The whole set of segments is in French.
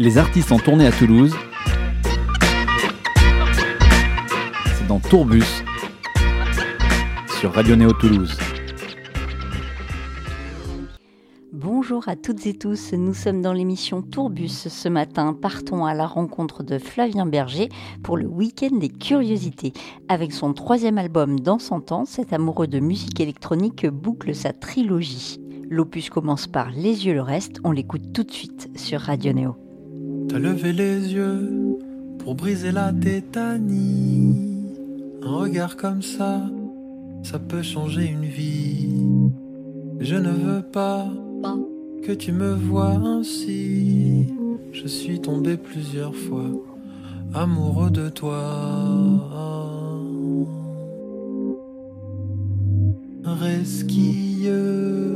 Les artistes en tournée à Toulouse, c'est dans Tourbus sur Radio Néo Toulouse. Bonjour à toutes et tous, nous sommes dans l'émission Tourbus. Ce matin, partons à la rencontre de Flavien Berger pour le week-end des curiosités. Avec son 3e album Dans 100 ans, cet amoureux de musique électronique boucle sa trilogie. L'opus commence par Les yeux le reste, on l'écoute tout de suite sur Radio Néo. T'as levé les yeux pour briser la tétanie. Un regard comme ça peut changer une vie. Je ne veux pas que tu me vois ainsi. Je suis tombé plusieurs fois amoureux de toi. Resquilleuse,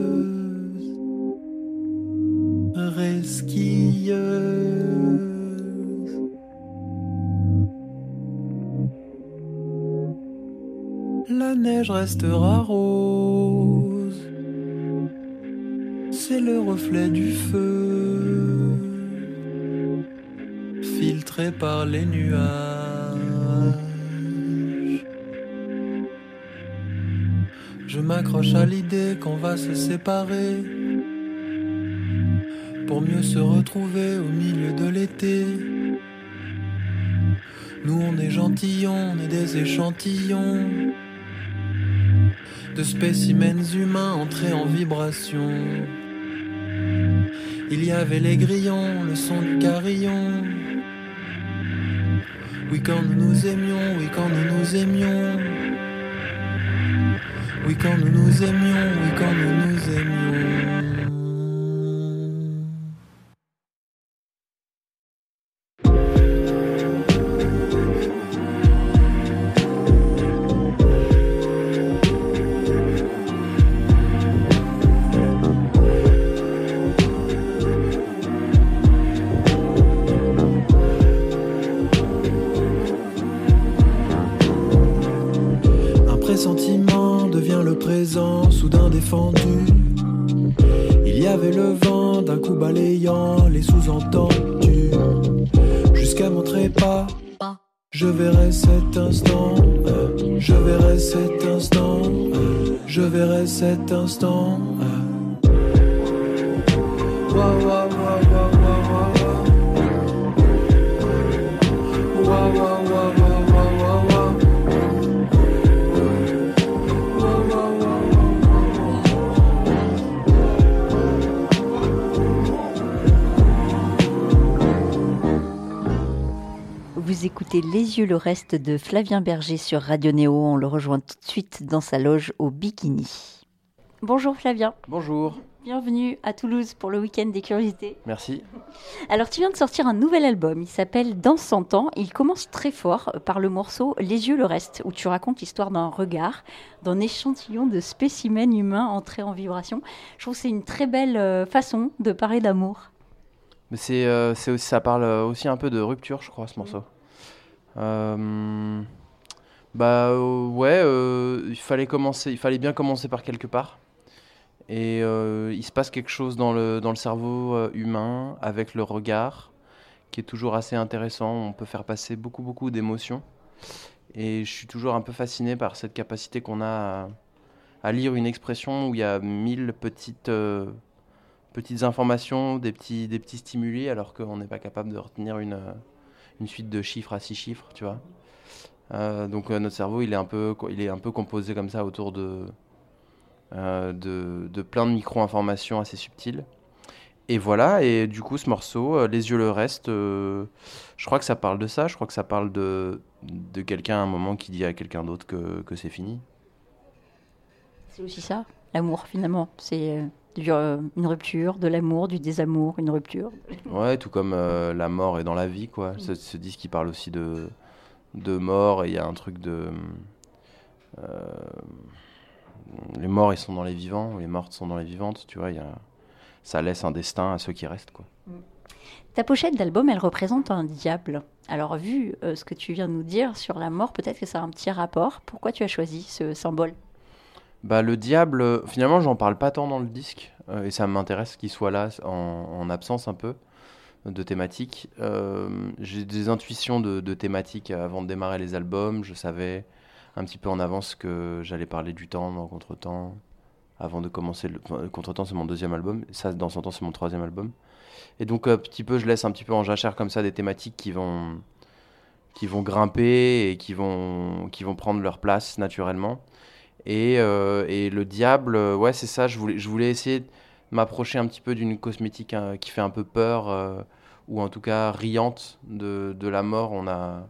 la neige restera rose. C'est le reflet du feu, filtré par les nuages. Je m'accroche à l'idée qu'on va se séparer pour mieux se retrouver au milieu de l'été. Nous on est gentillons, on est des échantillons de spécimens humains entrés en vibration. Il y avait les grillons, le son du carillon. Oui quand nous nous aimions, oui quand nous nous aimions. Oui quand nous nous aimions, oui quand nous nous aimions. Sentiment devient le présent, soudain défendu. Il y avait le vent d'un coup balayant les sous-entendus. Jusqu'à mon trépas, je verrai cet instant, je verrai cet instant, je verrai cet instant. Wa wa wa wa wa wa wa wa wa wa. Vous écoutez Les yeux le reste de Flavien Berger sur Radio Néo. On le rejoint tout de suite dans sa loge au Bikini. Bonjour Flavien. Bonjour. Bienvenue à Toulouse pour le week-end des curiosités. Merci. Alors tu viens de sortir un nouvel album, il s'appelle Dans 100 ans. Il commence très fort par le morceau Les yeux le reste, où tu racontes l'histoire d'un regard, d'un échantillon de spécimens humains entrés en vibration. Je trouve que c'est une très belle façon de parler d'amour. Mais ça parle aussi un peu de rupture, je crois, ce morceau. Il fallait bien commencer par quelque part. Et il se passe quelque chose dans le cerveau humain avec le regard qui est toujours assez intéressant. On peut faire passer beaucoup d'émotions. Et je suis toujours un peu fasciné par cette capacité qu'on a à lire une expression où il y a 1000 petites informations, des petits stimuli, alors qu'on n'est pas capable de retenir une suite de chiffres à 6 chiffres, tu vois. Donc notre cerveau, il est un peu composé comme ça autour de plein de micro-informations assez subtiles. Et voilà, et du coup ce morceau, Les yeux le reste, je crois que ça parle de ça, je crois que ça parle de quelqu'un à un moment qui dit à quelqu'un d'autre que c'est fini. C'est aussi ça, l'amour finalement, c'est une rupture, de l'amour, du désamour, une rupture. Ouais, tout comme la mort est dans la vie, quoi. Ce disque qui parle aussi de mort, et il y a un truc de... les morts, ils sont dans les vivants, les mortes sont dans les vivantes, tu vois, ça laisse un destin à ceux qui restent, quoi. Ta pochette d'album, elle représente un diable. Alors, vu ce que tu viens de nous dire sur la mort, peut-être que ça a un petit rapport. Pourquoi tu as choisi ce symbole ? Bah, le diable, finalement, j'en parle pas tant dans le disque, et ça m'intéresse qu'il soit là en absence un peu. de thématiques. J'ai des intuitions de thématiques avant de démarrer les albums. Je savais un petit peu en avance que j'allais parler du temps dans Contretemps. Avant de commencer, Contretemps c'est mon 2e album. Ça, dans son temps, c'est mon 3e album. Et donc, petit peu, je laisse un petit peu en jachère comme ça des thématiques qui vont grimper et qui vont prendre leur place naturellement. Et le diable, ouais, c'est ça. Je voulais essayer de m'approcher un petit peu d'une cosmétique qui fait un peu peur, ou en tout cas riante de la mort. On a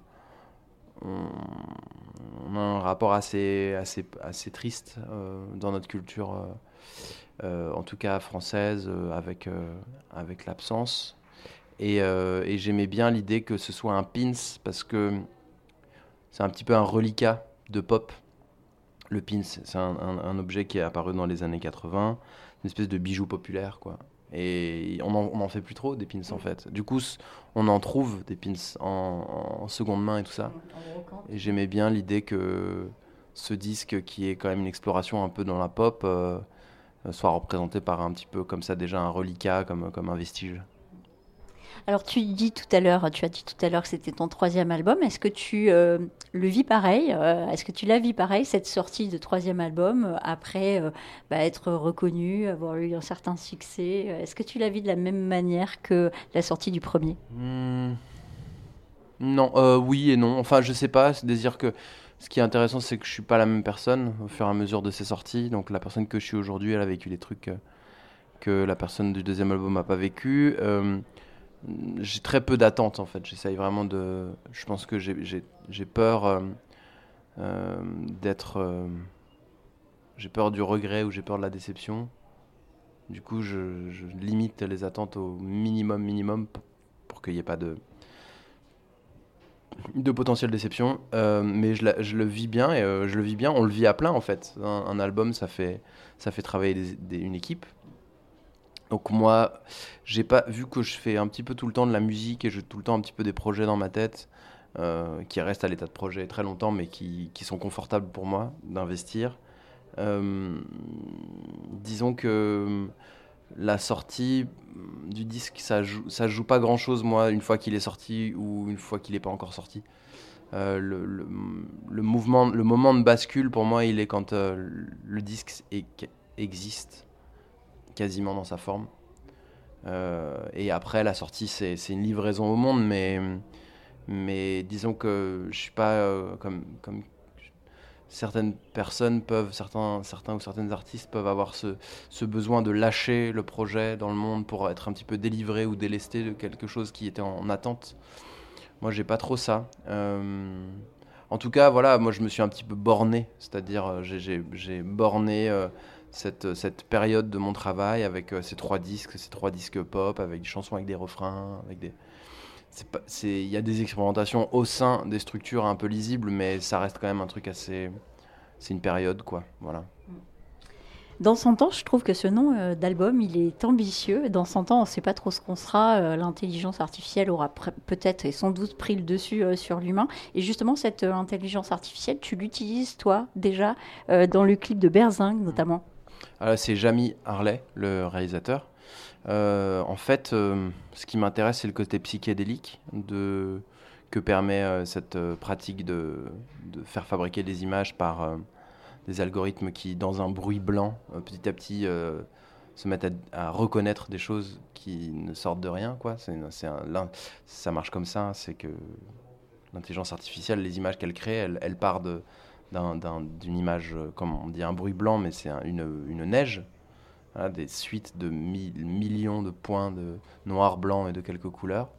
un rapport assez triste dans notre culture, en tout cas française, avec l'absence. Et j'aimais bien l'idée que ce soit un pins, parce que c'est un petit peu un reliquat de pop. Le pins, c'est un objet qui est apparu dans les années 80, une espèce de bijou populaire, quoi. Et on en fait plus trop des pins, en fait. Du coup, on en trouve des pins en seconde main et tout ça. Et j'aimais bien l'idée que ce disque, qui est quand même une exploration un peu dans la pop, soit représenté par un petit peu comme ça, déjà un reliquat, comme un vestige. Alors tu as dit tout à l'heure que c'était ton 3e album. Est-ce que tu le vis pareil Est-ce que tu la vis pareil, cette sortie de 3e album, après être reconnu, avoir eu un certain succès? Est-ce que tu la vis de la même manière que la sortie du premier? Non, oui et non. Enfin, je sais pas. C'est-à-dire que ce qui est intéressant, c'est que je suis pas la même personne au fur et à mesure de ses sorties. Donc la personne que je suis aujourd'hui, elle a vécu des trucs que la personne du 2e album n'a pas vécu. J'ai très peu d'attentes, en fait. J'essaye vraiment de... Je pense que j'ai peur d'être... j'ai peur du regret ou j'ai peur de la déception. Du coup, je limite les attentes au minimum pour qu'il n'y ait pas de potentielle déception. Mais je le vis bien, et je le vis bien. On le vit à plein, en fait. Un album, ça fait travailler une équipe. Donc moi, j'ai pas vu que je fais un petit peu tout le temps de la musique et j'ai tout le temps un petit peu des projets dans ma tête qui restent à l'état de projet très longtemps, mais qui sont confortables pour moi d'investir. Disons que la sortie du disque, ça joue pas grand chose, moi, une fois qu'il est sorti ou une fois qu'il n'est pas encore sorti. Le moment de bascule pour moi, il est quand le disque existe quasiment dans sa forme. Et après, la sortie, c'est une livraison au monde, mais disons que je suis pas comme certaines personnes peuvent, certains ou certaines artistes peuvent avoir ce besoin de lâcher le projet dans le monde pour être un petit peu délivré ou délesté de quelque chose qui était en attente. Moi, j'ai pas trop ça. En tout cas, voilà, moi, je me suis un petit peu borné, c'est-à-dire j'ai borné cette période de mon travail avec ces 3 disques pop, avec des chansons avec des refrains, il y a des expérimentations au sein des structures un peu lisibles, mais ça reste quand même un truc assez... C'est une période, quoi, voilà. Dans 100 ans, je trouve que ce nom d'album, il est ambitieux. Dans 100 ans, on ne sait pas trop ce qu'on sera. L'intelligence artificielle aura peut-être et sans doute pris le dessus sur l'humain. Et justement, cette intelligence artificielle, tu l'utilises, toi, déjà, dans le clip de Berzingue, notamment. C'est Jamie Harley, le réalisateur. En fait, ce qui m'intéresse, c'est le côté psychédélique que permet cette pratique de faire fabriquer des images par des algorithmes qui, dans un bruit blanc, petit à petit, se mettent à reconnaître des choses qui ne sortent de rien, quoi. Ça marche comme ça, c'est que l'intelligence artificielle, les images qu'elle crée, elle part d'une image, comme on dit, un bruit blanc, mais c'est une neige. Voilà, des suites de millions de points de noir, blanc et de quelques couleurs.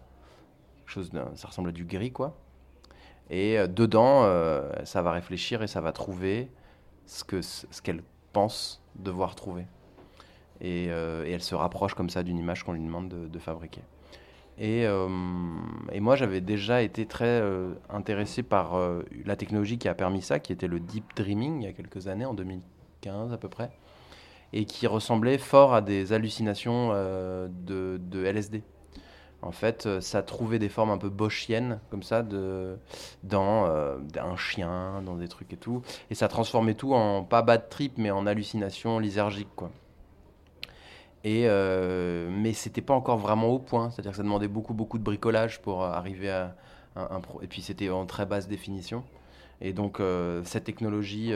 Ça ressemble à du gris, quoi. Et dedans, ça va réfléchir et ça va trouver ce qu'elle pense devoir trouver. Et elle se rapproche comme ça d'une image qu'on lui demande de fabriquer. Et moi, j'avais déjà été très intéressé par la technologie qui a permis ça, qui était le deep dreaming, il y a quelques années, en 2015 à peu près, et qui ressemblait fort à des hallucinations de LSD. En fait, ça trouvait des formes un peu bochiennes, comme ça, dans un chien, dans des trucs et tout. Et ça transformait tout en, pas bad trip, mais en hallucination lysergique, quoi. Mais c'était pas encore vraiment au point, c'est-à-dire que ça demandait beaucoup de bricolage pour arriver à et puis c'était en très basse définition. Et donc cette technologie,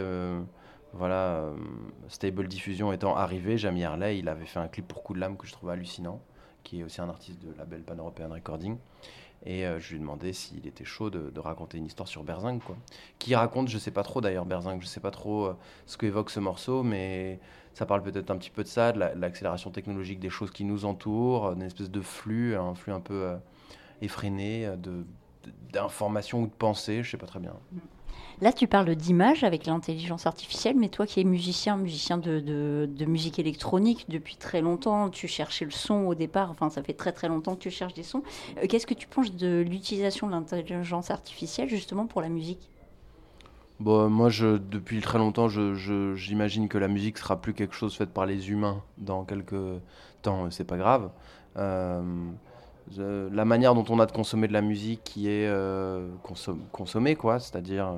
Stable Diffusion étant arrivée, Jamie Harley, il avait fait un clip pour Coup de Lame que je trouvais hallucinant, qui est aussi un artiste de label Pan-European Recording. Et je lui ai demandé s'il était chaud de raconter une histoire sur Berzing, quoi. Qui raconte, je sais pas trop d'ailleurs, Berzing, je sais pas trop ce qu'évoque ce morceau, mais ça parle peut-être un petit peu de ça, de l'accélération technologique des choses qui nous entourent, d'une espèce de flux, un flux un peu effréné d'informations ou de pensées, je sais pas très bien. Là, tu parles d'images avec l'intelligence artificielle, mais toi qui es musicien de musique électronique depuis très longtemps, tu cherchais le son au départ, enfin ça fait très longtemps que tu cherches des sons. Qu'est-ce que tu penses de l'utilisation de l'intelligence artificielle justement pour la musique ? Bon, moi, depuis très longtemps, j'imagine que la musique sera plus quelque chose fait par les humains dans quelques temps, c'est pas grave. La manière dont on a de consommer de la musique qui est consommée, quoi, c'est-à-dire...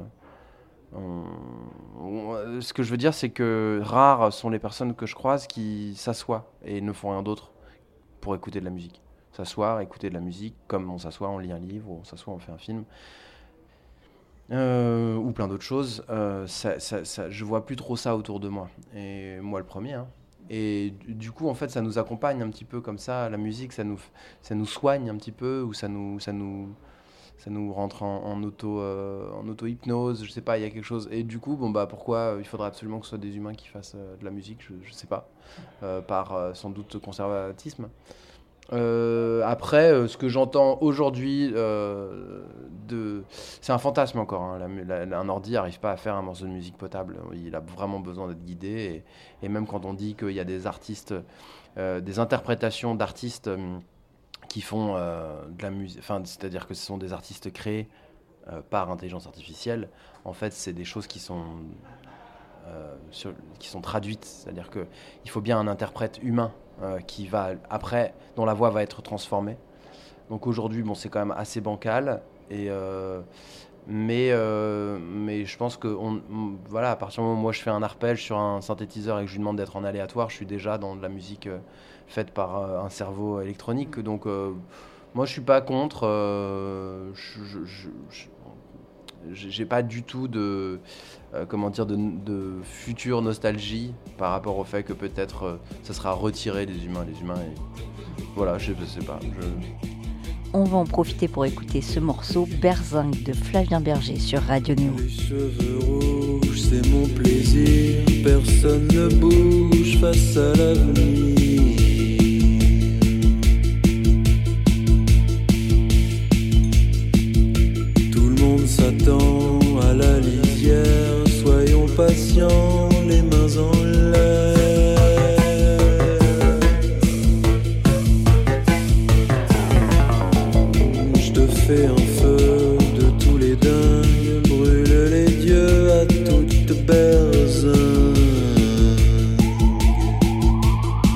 ce que je veux dire, c'est que rares sont les personnes que je croise qui s'assoient et ne font rien d'autre pour écouter de la musique. S'asseoir, écouter de la musique, comme on s'assoit, on lit un livre, ou on s'assoit, on fait un film. Ou plein d'autres choses, je vois plus trop ça autour de moi, et moi le premier, hein. Et du coup en fait ça nous accompagne un petit peu comme ça, la musique ça nous soigne un petit peu, ou ça nous rentre en auto-hypnose, je sais pas, il y a quelque chose, et du coup pourquoi il faudrait absolument que ce soit des humains qui fassent de la musique, je sais pas, par sans doute conservatisme. Après, ce que j'entends aujourd'hui, c'est un fantasme encore, hein. Un ordi n'arrive pas à faire un morceau de musique potable. Il a vraiment besoin d'être guidé. Et même quand on dit qu'il y a des artistes, des interprétations d'artistes qui font de la musique, c'est-à-dire que ce sont des artistes créés par intelligence artificielle, en fait, c'est des choses qui sont traduites. C'est-à-dire qu'il faut bien un interprète humain qui va après, dont la voix va être transformée. Donc aujourd'hui, c'est quand même assez bancal, mais je pense que à partir du moment où moi je fais un arpège sur un synthétiseur et que je lui demande d'être en aléatoire, je suis déjà dans de la musique faite par un cerveau électronique. Donc moi je suis pas contre. J'ai pas du tout de future nostalgie par rapport au fait que peut-être ça sera retiré des humains. Les humains, voilà, je sais pas. On va en profiter pour écouter ce morceau Berzing de Flavien Berger sur Radio Néo. Les cheveux rouges, c'est mon plaisir. Personne ne bouge face à l'avenir. Tout le monde s'attend à la lisière. Soyons patients, les mains en l'air. Je te fais un feu de tous les dingues, brûle les dieux à toute Berzing.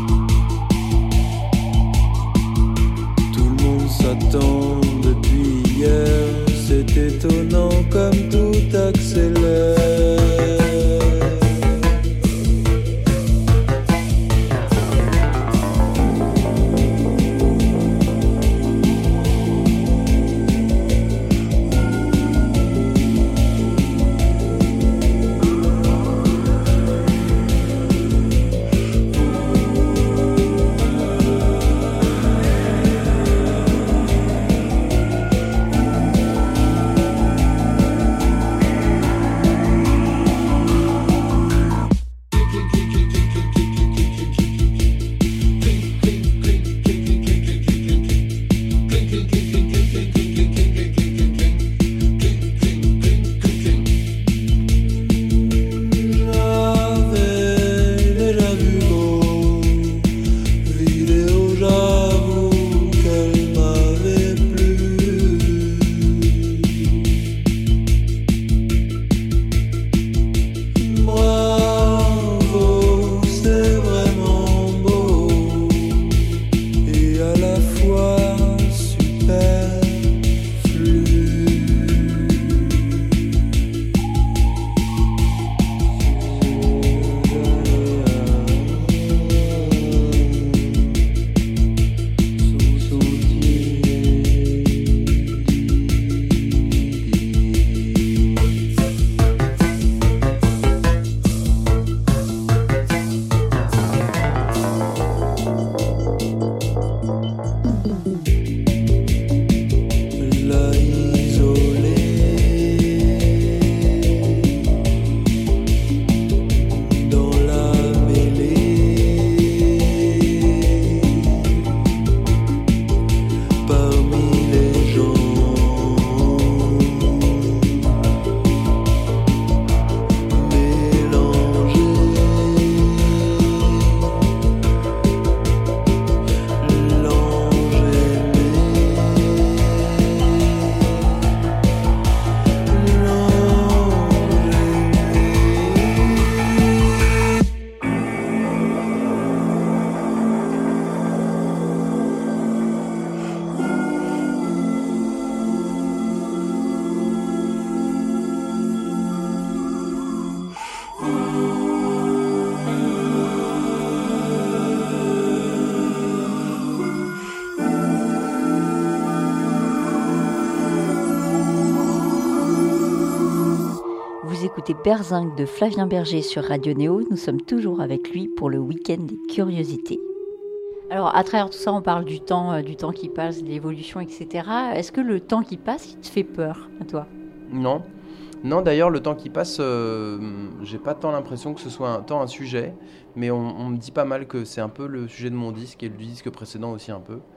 d'écouter Berzingue de Flavien Berger sur Radio Néo. Nous sommes toujours avec lui pour le week-end des curiosités. Alors, à travers tout ça, on parle du temps qui passe, de l'évolution, etc. Est-ce que le temps qui passe, il te fait peur, à toi ? Non. Non, d'ailleurs, le temps qui passe, j'ai pas tant l'impression que ce soit tant un sujet, mais on me dit pas mal que c'est un peu le sujet de mon disque et du disque précédent aussi un peu.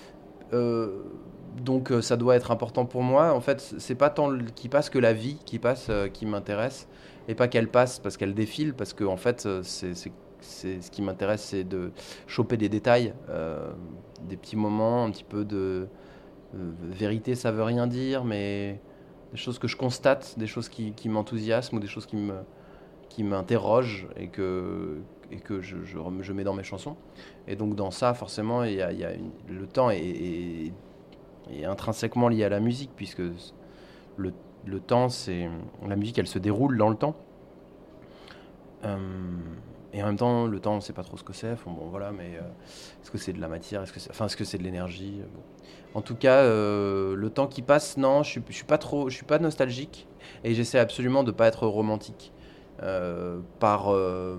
Donc ça doit être important pour moi. En fait, c'est pas tant qui passe que la vie qui passe qui m'intéresse, et pas qu'elle passe parce qu'elle défile, parce que en fait, c'est ce qui m'intéresse, c'est de choper des détails, des petits moments, un petit peu de vérité, ça veut rien dire, mais des choses que je constate, des choses qui m'enthousiasment ou des choses qui m'interrogent et que je mets dans mes chansons. Et donc dans ça, forcément, le temps est intrinsèquement lié à la musique, puisque le temps, la musique, elle se déroule dans le temps. Et en même temps, le temps, on ne sait pas trop ce que c'est. Bon, voilà, mais est-ce que c'est de la matière, est-ce que c'est de l'énergie, bon. En tout cas, le temps qui passe, non, je suis pas nostalgique, et j'essaie absolument de pas être romantique par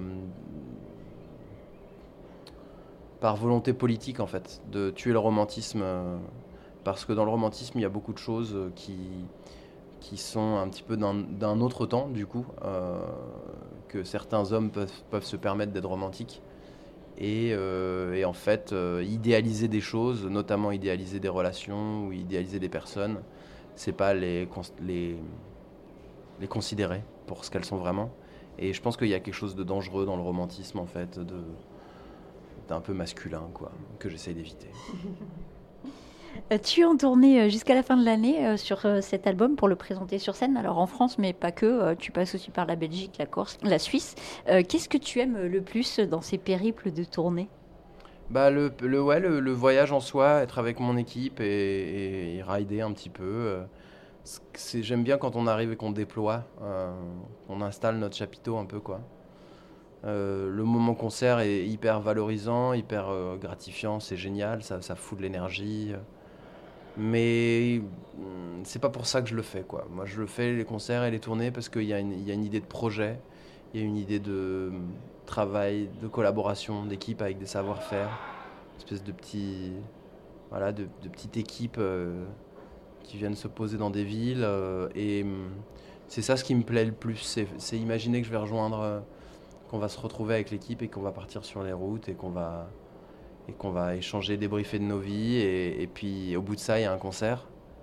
volonté politique, en fait, de tuer le romantisme, parce que dans le romantisme, il y a beaucoup de choses qui sont un petit peu d'un autre temps, du coup, que certains hommes peuvent se permettre d'être romantiques. Et en fait, idéaliser des choses, notamment idéaliser des relations ou idéaliser des personnes, c'est pas les considérer pour ce qu'elles sont vraiment. Et je pense qu'il y a quelque chose de dangereux dans le romantisme, en fait, d'un peu masculin, quoi, que j'essaye d'éviter. Tu es en tournée jusqu'à la fin de l'année sur cet album pour le présenter sur scène. Alors en France, mais pas que. Tu passes aussi par la Belgique, la Corse, la Suisse. Qu'est-ce que tu aimes le plus dans ces périples de tournée ? Bah le voyage en soi, être avec mon équipe et rider un petit peu. J'aime bien quand on arrive et qu'on déploie, on installe notre chapiteau un peu, quoi. Le moment concert est hyper valorisant, hyper gratifiant, c'est génial, ça fout de l'énergie. Mais c'est pas pour ça que je le fais, quoi. Moi, je le fais, les concerts et les tournées, parce qu'il y a une idée de projet, il y a une idée de travail, de collaboration, d'équipe avec des savoir-faire, une espèce de petite équipe qui viennent se poser dans des villes. Et c'est ça ce qui me plaît le plus, c'est imaginer que je vais rejoindre, qu'on va se retrouver avec l'équipe et qu'on va partir sur les routes et qu'on va échanger, débriefer de nos vies, et puis au bout de ça, il y a un concert.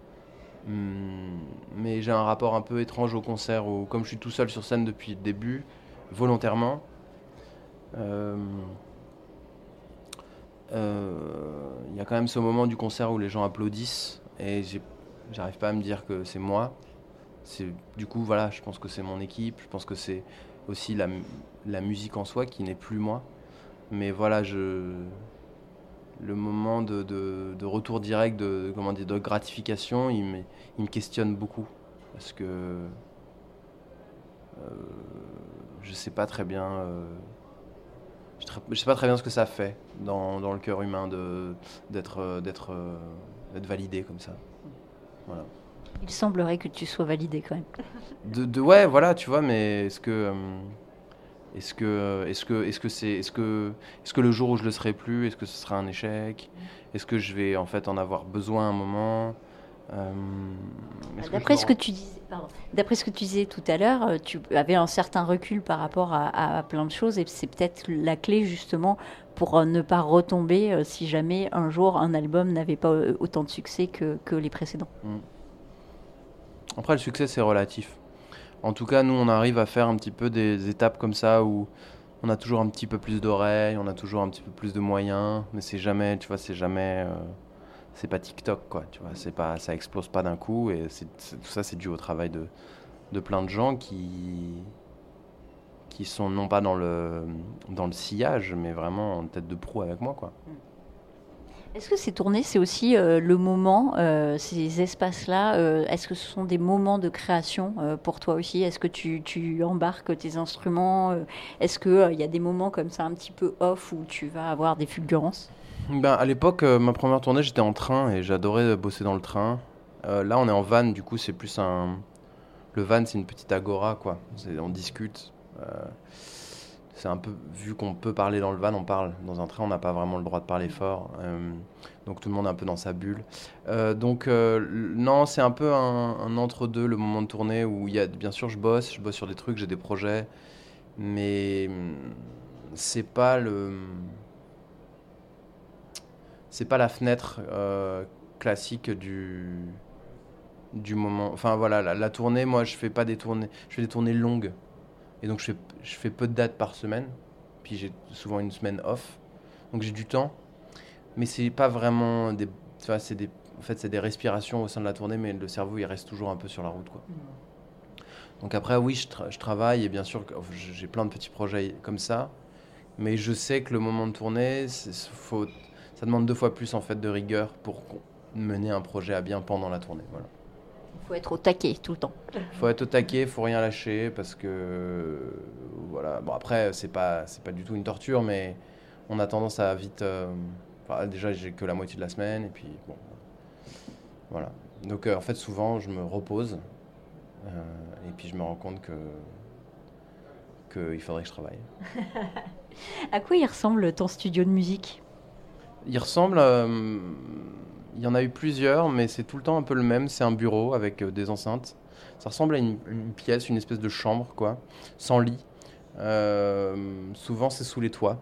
Mais j'ai un rapport un peu étrange au concert, où comme je suis tout seul sur scène depuis le début, volontairement, il y a quand même ce moment du concert où les gens applaudissent, et j'arrive pas à me dire que c'est moi. Du coup, voilà, je pense que c'est mon équipe, je pense que c'est aussi la musique en soi qui n'est plus moi. Mais voilà, le moment de retour direct, de gratification, il me questionne beaucoup, parce que je sais pas très bien je sais pas très bien ce que ça fait dans le cœur humain d'être validé comme ça. Voilà. Il semblerait que tu sois validé quand même. Ouais, voilà, tu vois, mais est-ce que le jour où je le serai plus, est-ce que ce sera un échec ? Est-ce que je vais en fait en avoir besoin un moment ? D'après ce que tu disais tout à l'heure, tu avais un certain recul par rapport à plein de choses, et c'est peut-être la clé justement pour ne pas retomber si jamais un jour un album n'avait pas autant de succès que les précédents. Après, le succès, c'est relatif. En tout cas, nous, on arrive à faire un petit peu des étapes comme ça où on a toujours un petit peu plus d'oreilles, on a toujours un petit peu plus de moyens, mais c'est jamais, tu vois, c'est pas TikTok, quoi, tu vois, ça explose pas d'un coup, et tout ça, c'est dû au travail de plein de gens qui sont non pas dans le sillage, mais vraiment en tête de proue avec moi, quoi. Est-ce que ces tournées, c'est aussi le moment, ces espaces-là, est-ce que ce sont des moments de création pour toi aussi ? Est-ce que tu embarques tes instruments ? Est-ce qu'il y a des moments comme ça un petit peu off où tu vas avoir des fulgurances ? À l'époque, ma première tournée, j'étais en train et j'adorais bosser dans le train. Là, on est en van, du coup, c'est plus Le van, c'est une petite agora, quoi. On discute. C'est un peu, vu qu'on peut parler dans le van, on parle. Dans un train, on n'a pas vraiment le droit de parler fort. Donc tout le monde est un peu dans sa bulle. Non, c'est un peu un entre-deux, le moment de tournée, où bien sûr, je bosse sur des trucs, j'ai des projets. Mais c'est pas la fenêtre classique du moment. Enfin voilà, la tournée, moi je fais pas des tournées, je fais des tournées longues. Et donc je fais peu de dates par semaine. Puis j'ai souvent une semaine off. Donc j'ai du temps. Mais c'est pas vraiment en fait c'est des respirations au sein de la tournée, mais le cerveau il reste toujours un peu sur la route, quoi. Donc après oui, je travaille et bien sûr j'ai plein de petits projets comme ça. Mais je sais que le moment de tournée, ça demande 2 fois plus en fait de rigueur pour mener un projet à bien pendant la tournée. Voilà. Il faut être au taquet tout le temps. Faut être au taquet, faut rien lâcher parce que voilà. Bon après c'est pas du tout une torture, mais on a tendance à vite. Déjà j'ai que la moitié de la semaine et puis bon voilà. Donc en fait souvent je me repose et puis je me rends compte qu'il faudrait que je travaille. À quoi il ressemble ton studio de musique ? Il ressemble. Il y en a eu plusieurs, mais c'est tout le temps un peu le même. C'est un bureau avec des enceintes. Ça ressemble à une pièce, une espèce de chambre, quoi, sans lit. Souvent, c'est sous les toits,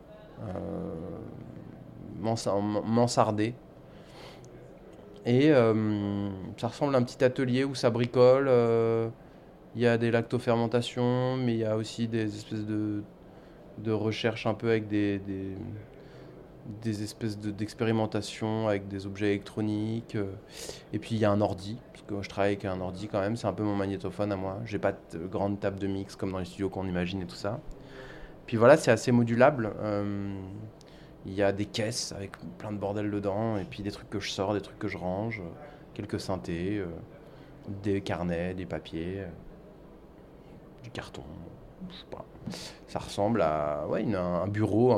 mansardé. Et ça ressemble à un petit atelier où ça bricole. Il y a des lactofermentations, mais il y a aussi des espèces de recherches un peu avec des espèces d'expérimentation avec des objets électroniques. Et puis il y a un ordi, parce que je travaille avec un ordi quand même, c'est un peu mon magnétophone à moi. J'ai pas de grande table de mix comme dans les studios qu'on imagine et tout ça. Puis voilà, c'est assez modulable. Il y a des caisses avec plein de bordel dedans, et puis des trucs que je sors, des trucs que je range, quelques synthés, des carnets, des papiers, du carton. Je sais pas. Ça ressemble à un bureau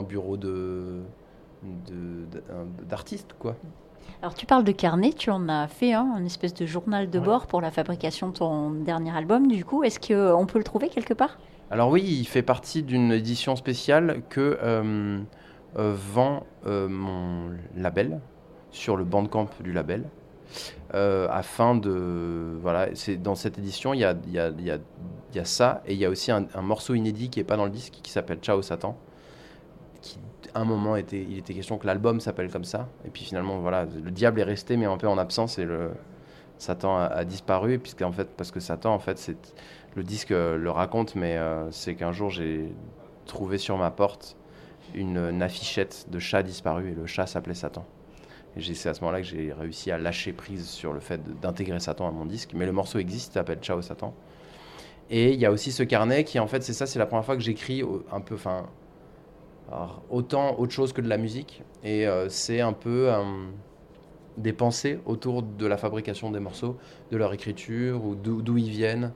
d'artiste, quoi. Alors tu parles de carnet, tu en as fait un espèce de journal de bord pour la fabrication de ton dernier album. Du coup, est-ce qu'on peut le trouver quelque part ? Alors oui, il fait partie d'une édition spéciale que vend mon label sur le Bandcamp du label. Afin de... Voilà, dans cette édition, il y a ça, et il y a aussi un morceau inédit qui n'est pas dans le disque, qui s'appelle Ciao Satan. À un moment, il était question que l'album s'appelle comme ça. Et puis finalement, voilà, le diable est resté, mais un peu en absence, et Satan a disparu. Et parce que Satan, en fait, le disque le raconte, mais c'est qu'un jour, j'ai trouvé sur ma porte une affichette de chat disparu, et le chat s'appelait Satan. Et c'est à ce moment-là que j'ai réussi à lâcher prise sur le fait d'intégrer Satan à mon disque. Mais le morceau existe, il s'appelle Ciao Satan. Et il y a aussi ce carnet qui, en fait, c'est la première fois que j'écris un peu... Alors, autant autre chose que de la musique, et c'est un peu des pensées autour de la fabrication des morceaux, de leur écriture, ou d'où ils viennent,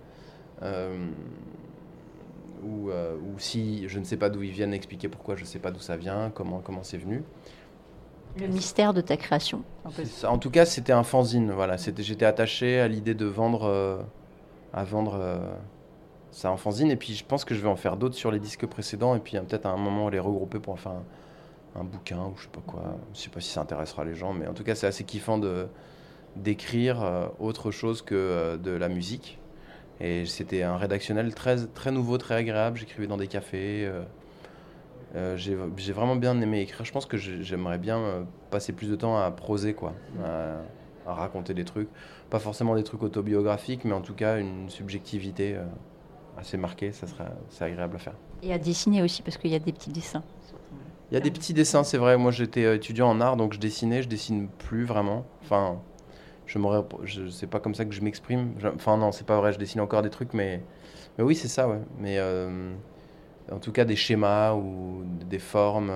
ou si je ne sais pas d'où ils viennent, expliquer pourquoi je ne sais pas d'où ça vient, comment c'est venu. Le mystère de ta création. En tout cas, c'était un fanzine. Voilà. J'étais attaché à l'idée de vendre ça en fanzine, et puis je pense que je vais en faire d'autres sur les disques précédents, et puis peut-être à un moment les regrouper pour en faire un bouquin ou je sais pas quoi. Je sais pas si ça intéressera les gens, mais en tout cas c'est assez kiffant d'écrire autre chose que de la musique. Et c'était un rédactionnel très, très nouveau, très agréable. J'écrivais dans des cafés. J'ai vraiment bien aimé écrire. Je pense que j'aimerais bien passer plus de temps à proser, quoi, à raconter des trucs. Pas forcément des trucs autobiographiques, mais en tout cas une subjectivité assez marquée, c'est agréable à faire. Et à dessiner aussi, parce qu'il y a des petits dessins. Il y a des petits dessins, c'est vrai. Moi, j'étais étudiant en art, donc je dessine plus vraiment. Enfin, c'est pas comme ça que je m'exprime. Enfin, non, c'est pas vrai, je dessine encore des trucs, mais oui, c'est ça, ouais. Mais en tout cas, des schémas ou des formes,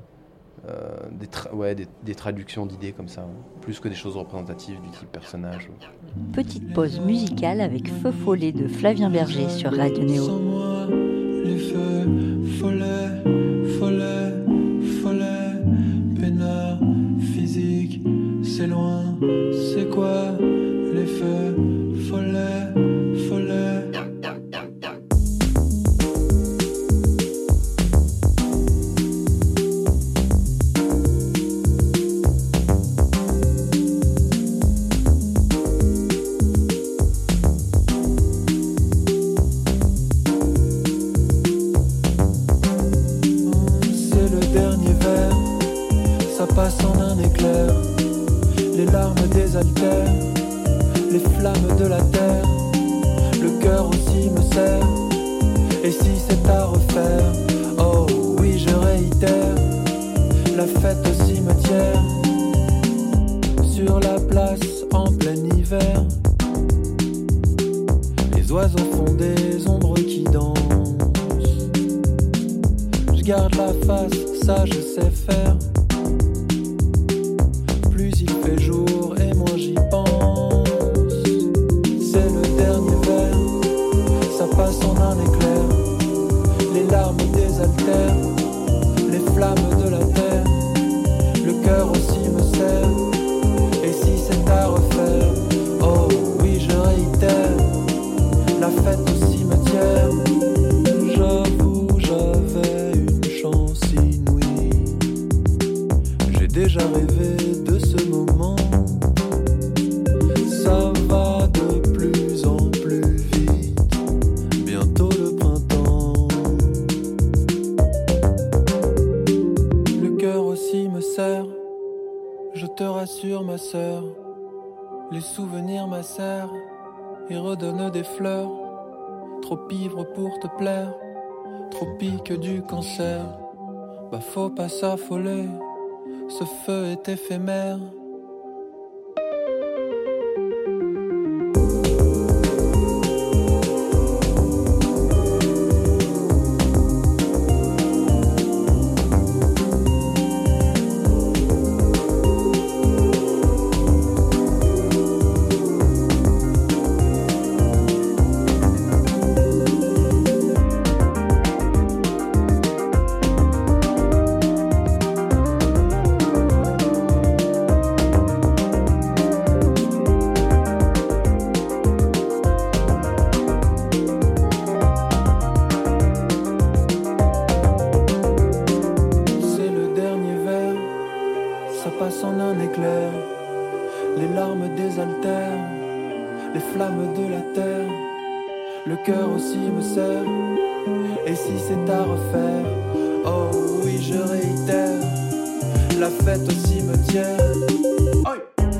des traductions d'idées comme ça, ouais. Plus que des choses représentatives du type personnage. Petite pause musicale avec Feu Follet de Flavien Berger sur Radio Néo. Sans moi, les feux follets, peinard, physique, c'est loin, c'est quoi? Les feux follets, passe en un éclair. Les larmes désaltèrent les flammes de la terre. Le cœur aussi me serre. Et si c'est à refaire, oh oui je réitère. La fête au cimetière, sur la place en plein hiver. Les oiseaux font des ombres qui dansent. Je garde la face, ça je sais faire. Plus il fait jour et moins j'y pense. C'est le dernier verre, ça passe en un éclair. Les larmes désaltèrent les flammes de la terre. Le cœur aussi me serre. Et si c'est à refaire, oh oui je réitère. La fête au cimetière. J'avoue j'avais une chance inouïe. J'ai déjà rêvé de ce moment. Ça va de plus en plus vite. Bientôt le printemps. Le cœur aussi me serre. Je te rassure ma sœur. Les souvenirs m'acèrent et redonnent des fleurs. Trop ivre pour te plaire, trop pique du cancer. Bah faut pas s'affoler, ce feu est éphémère. Les larmes désaltèrent les flammes de la terre. Le cœur aussi me serre. Et si c'est à refaire, oh oui je réitère. La fête au cimetière. Oi.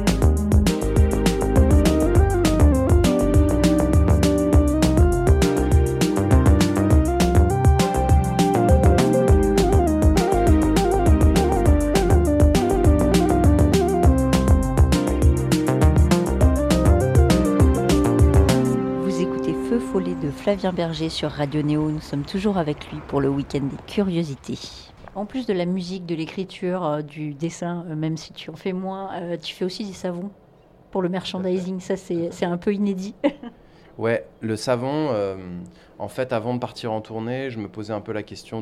De Flavien Berger sur Radio Néo. Nous sommes toujours avec lui pour le week-end des curiosités. En plus de la musique, de l'écriture, du dessin, même si tu en fais moins, tu fais aussi des savons pour le merchandising. Ça, c'est un peu inédit. Ouais, le savon, en fait, avant de partir en tournée, je me posais un peu la question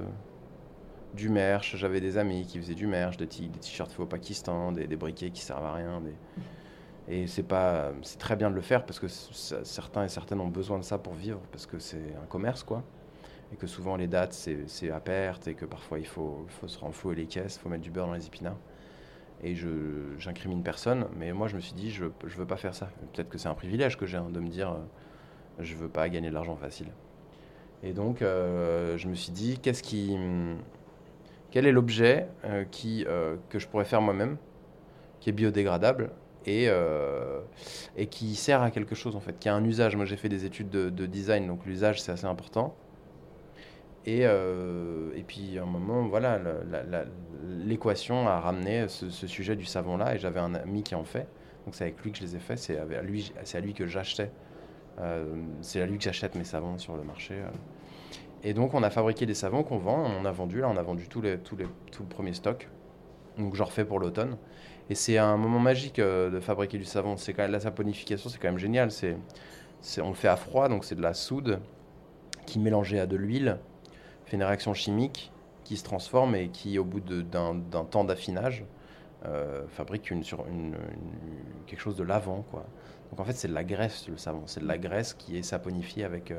du merch. J'avais des amis qui faisaient du merch, des t-shirts faits au Pakistan, des briquets qui servent à rien, Et c'est très bien de le faire parce que certains et certaines ont besoin de ça pour vivre, parce que c'est un commerce, quoi. Et que souvent les dates, c'est à perte et que parfois il faut se renflouer les caisses, il faut mettre du beurre dans les épinards. Et j'incrimine personne, mais moi je me suis dit, je veux pas faire ça. Peut-être que c'est un privilège que j'ai de me dire, je veux pas gagner de l'argent facile. Et donc je me suis dit, quel est l'objet que je pourrais faire moi-même, qui est biodégradable, et qui sert à quelque chose en fait, qui a un usage. Moi j'ai fait des études de design, donc l'usage c'est assez important. Et puis à un moment, voilà, l'équation a ramené ce sujet du savon là, et j'avais un ami qui en fait, donc c'est avec lui que je les ai faits, c'est à lui que j'achetais, c'est à lui que j'achète mes savons sur le marché. Et donc on a fabriqué des savons qu'on vend, on a vendu tout le premier stock, donc j'en refais pour l'automne. Et c'est un moment magique de fabriquer du savon. C'est quand même, la saponification, c'est quand même génial. On le fait à froid, donc c'est de la soude qui, mélangée à de l'huile, fait une réaction chimique qui se transforme et qui, au bout d'un temps d'affinage, fabrique quelque chose de lavant, quoi. Donc en fait, c'est de la graisse, le savon. C'est de la graisse qui est saponifiée avec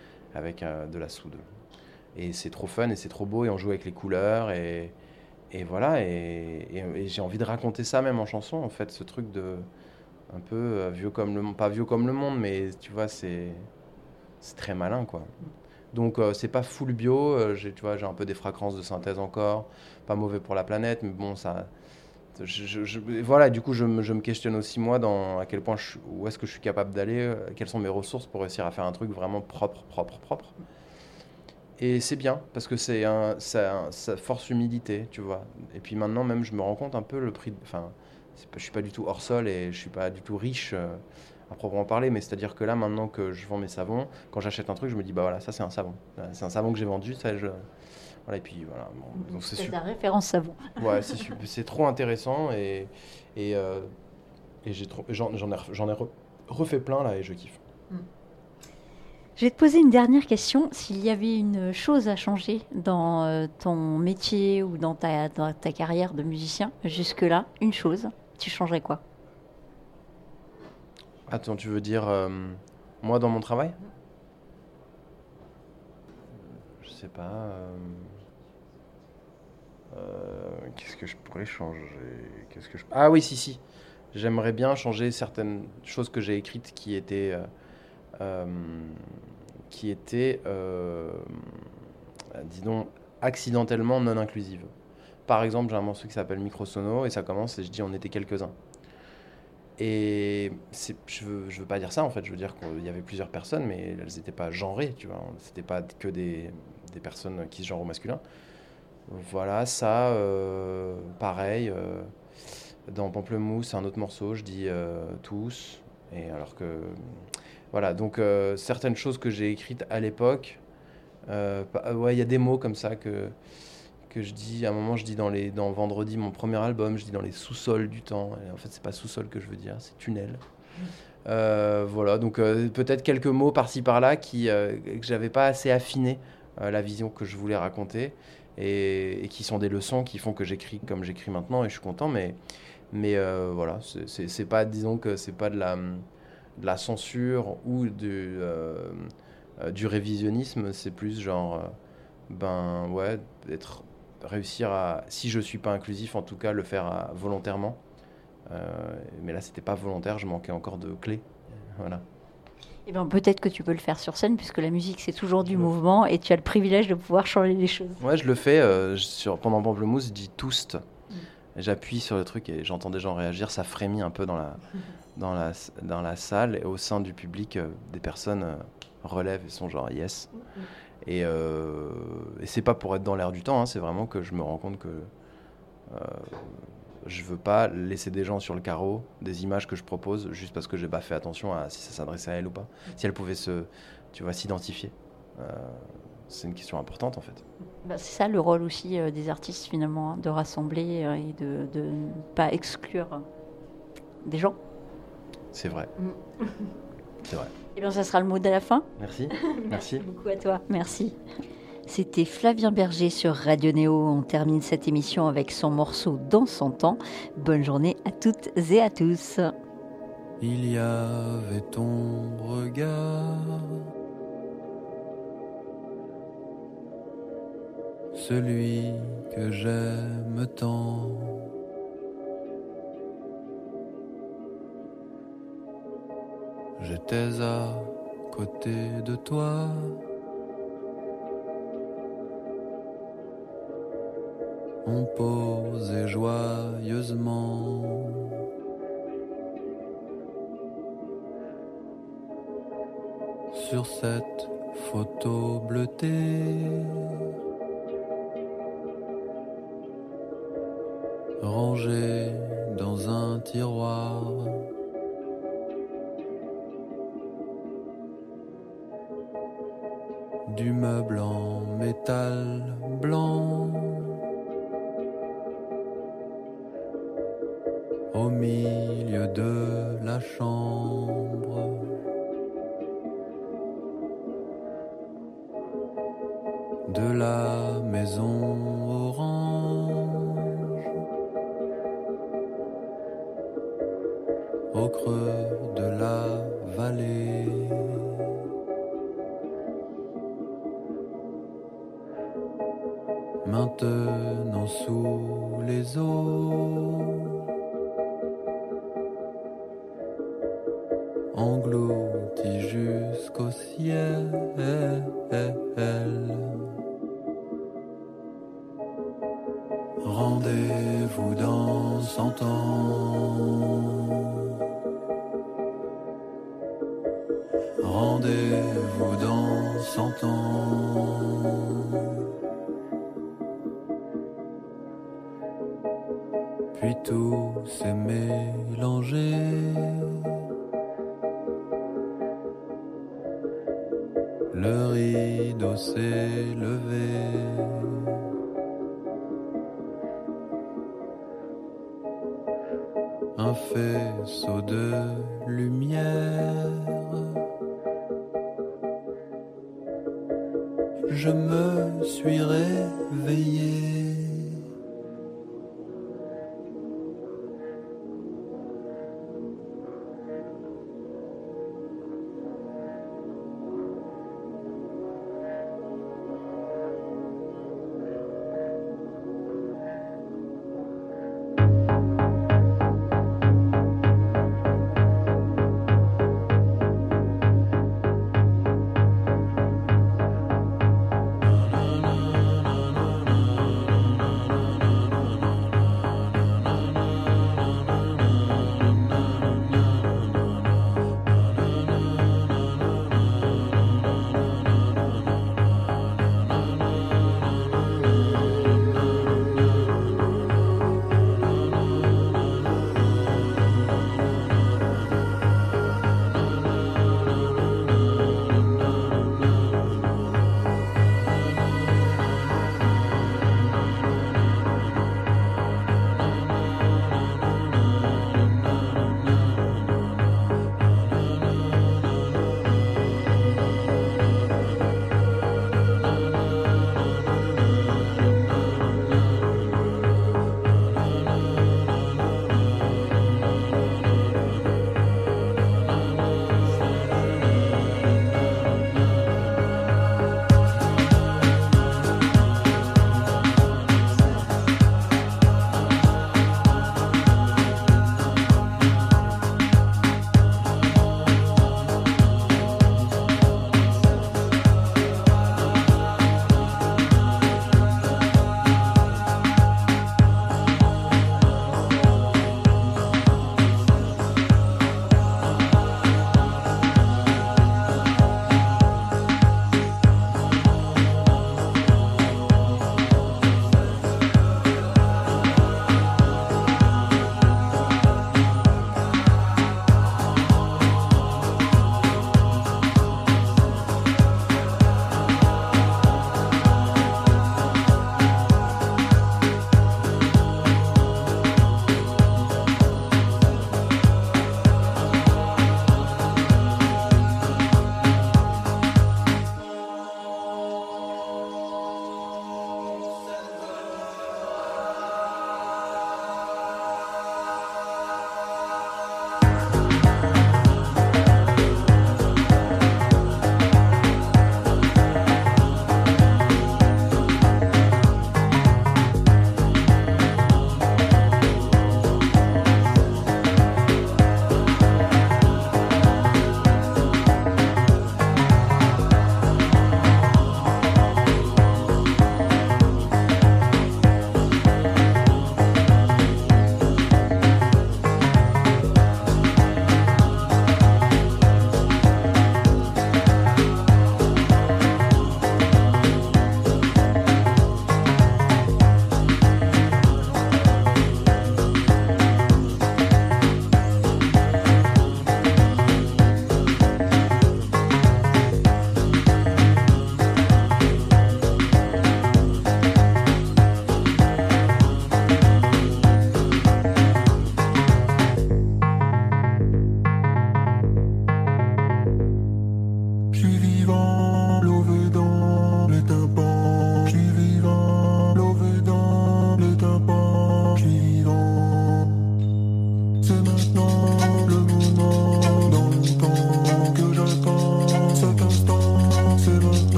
de la soude. Et c'est trop fun et c'est trop beau, et on joue avec les couleurs et voilà, et j'ai envie de raconter ça même en chanson, en fait, ce truc de un peu vieux comme le monde, pas vieux comme le monde, mais tu vois, c'est très malin, quoi. Donc c'est pas full bio, j'ai un peu des fragrances de synthèse encore, pas mauvais pour la planète, mais bon, ça... voilà, du coup, je me questionne aussi moi à quel point où est-ce que je suis capable d'aller, quelles sont mes ressources pour réussir à faire un truc vraiment propre. Et c'est bien, parce que ça force l'humilité, tu vois. Et puis maintenant, même, je me rends compte un peu le prix... Enfin, je suis pas du tout hors sol et je suis pas du tout riche à proprement parler, mais c'est-à-dire que là, maintenant que je vends mes savons, quand j'achète un truc, je me dis, bah voilà, ça c'est un savon. C'est un savon que j'ai vendu, ça Voilà, et puis voilà. Bon, donc C'est ta référence savon. Ouais, c'est trop intéressant et j'en ai refait plein là et je kiffe. Je vais te poser une dernière question. S'il y avait une chose à changer dans ton métier ou dans ta carrière de musicien, jusque-là, une chose, tu changerais quoi? Attends, tu veux dire moi dans mon travail? Je sais pas. Qu'est-ce que je pourrais changer? Ah oui, si. J'aimerais bien changer certaines choses que j'ai écrites qui étaient disons, accidentellement non inclusives. Par exemple, j'ai un morceau qui s'appelle Microsono et ça commence et je dis on était quelques-uns. Et je veux pas dire ça en fait, je veux dire qu'il y avait plusieurs personnes, mais elles n'étaient pas genrées, tu vois. C'était pas que des personnes qui se genrent au masculin. Voilà, ça, pareil. Dans Pamplemousse, un autre morceau, je dis tous. Et alors que. Voilà, donc certaines choses que j'ai écrites à l'époque, ouais, il y a des mots comme ça que je dis. À un moment, je dis dans Vendredi, mon premier album, je dis dans les sous-sols du temps. Et en fait, c'est pas sous-sol que je veux dire, c'est tunnel. Voilà, donc peut-être quelques mots par-ci par-là que j'avais pas assez affiné la vision que je voulais raconter. Et qui sont des leçons qui font que j'écris comme j'écris maintenant et je suis content, mais voilà, c'est pas, disons que c'est pas de la censure ou du révisionnisme, c'est plus genre ben ouais, réussir à, si je suis pas inclusif, en tout cas le faire volontairement, mais là c'était pas volontaire, je manquais encore de clés, voilà. Eh bien, peut-être que tu peux le faire sur scène, puisque la musique, c'est toujours du mouvement, et tu as le privilège de pouvoir changer les choses. Ouais, je le fais. Pendant Pamplemousse, je dis toast. J'appuie sur le truc et j'entends des gens réagir. Ça frémit un peu dans la salle. Et au sein du public, des personnes relèvent et sont genre yes. Et c'est pas pour être dans l'air du temps, hein, c'est vraiment que je me rends compte que je veux pas laisser des gens sur le carreau, des images que je propose, juste parce que j'ai pas fait attention à si ça s'adressait à elle ou pas. Si elle pouvait s'identifier. C'est une question importante en fait. Bah, c'est ça le rôle aussi des artistes finalement, hein, de rassembler et de ne pas exclure des gens. C'est vrai. C'est vrai. Eh bien, ça sera le mot de la fin. Merci. Merci beaucoup à toi. Merci. C'était Flavien Berger sur Radio Néo. On termine cette émission avec son morceau Dans son temps. Bonne journée à toutes et à tous. Il y avait ton regard, celui que j'aime tant. J'étais à côté de toi. On posait joyeusement. Sur cette photo bleutée, rangée dans un tiroir. Du meuble en métal blanc. Au milieu de la chambre, de la maison orange, au creux de la vallée. Maintenant sous les eaux, englouti jusqu'au ciel. elle. Rendez-vous dans 100 ans. Rendez-vous dans 100 ans. Puis tout s'est mélangé. Le rideau s'est levé. Un faisceau de lumière. Je me suis réveillé.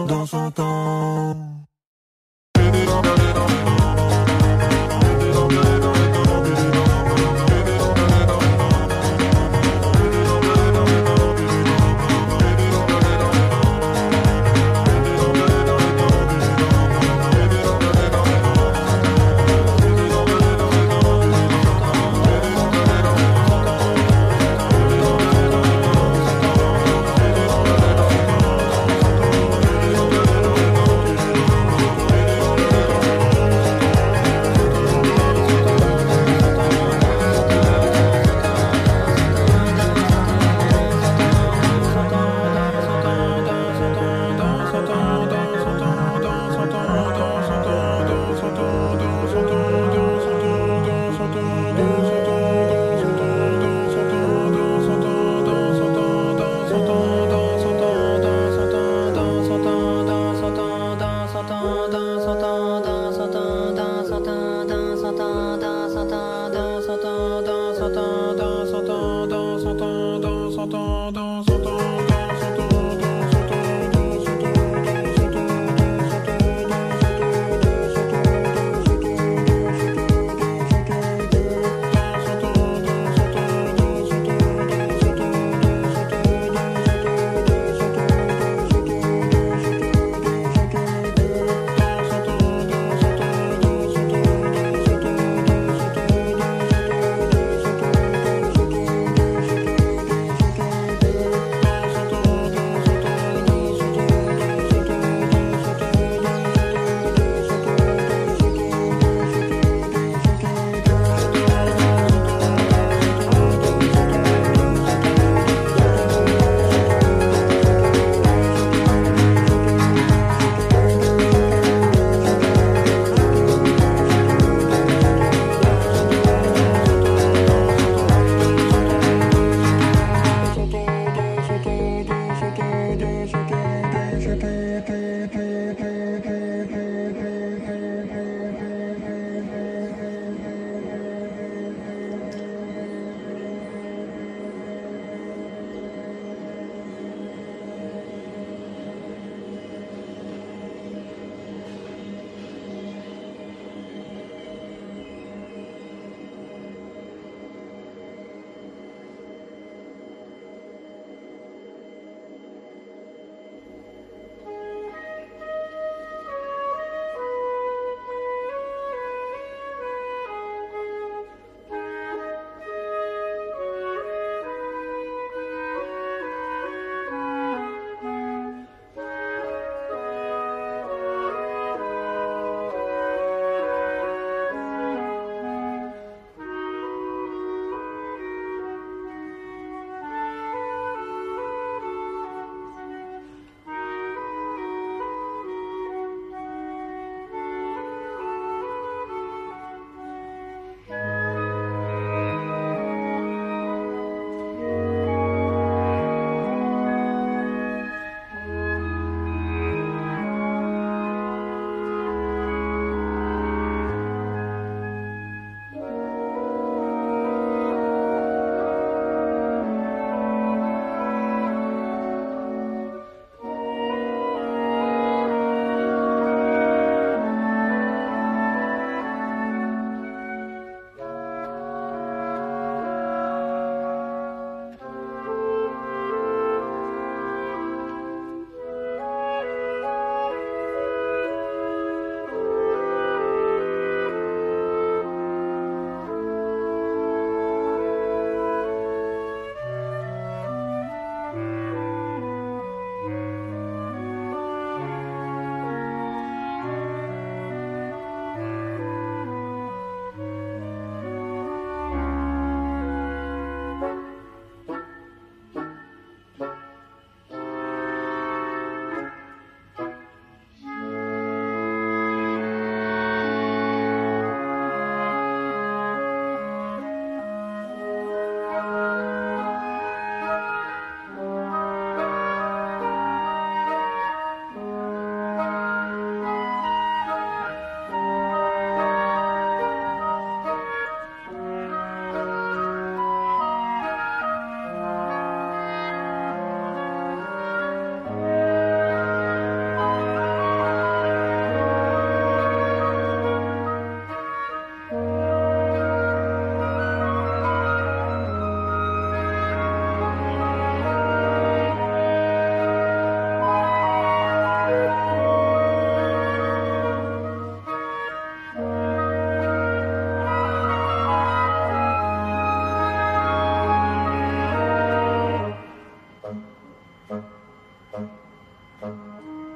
dans son temps.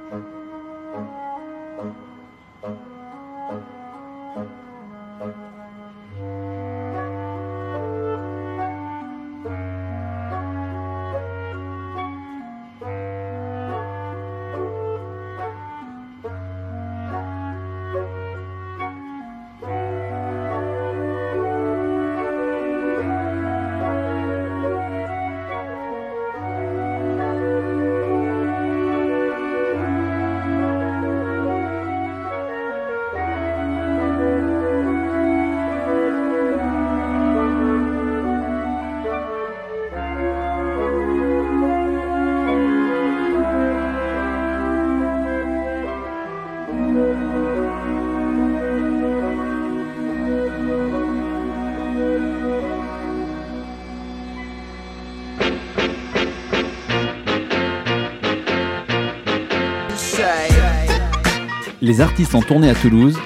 Les artistes en tournée à Toulouse,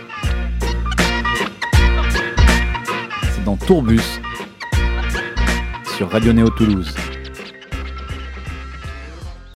c'est dans Tourbus sur Radio Néo Toulouse.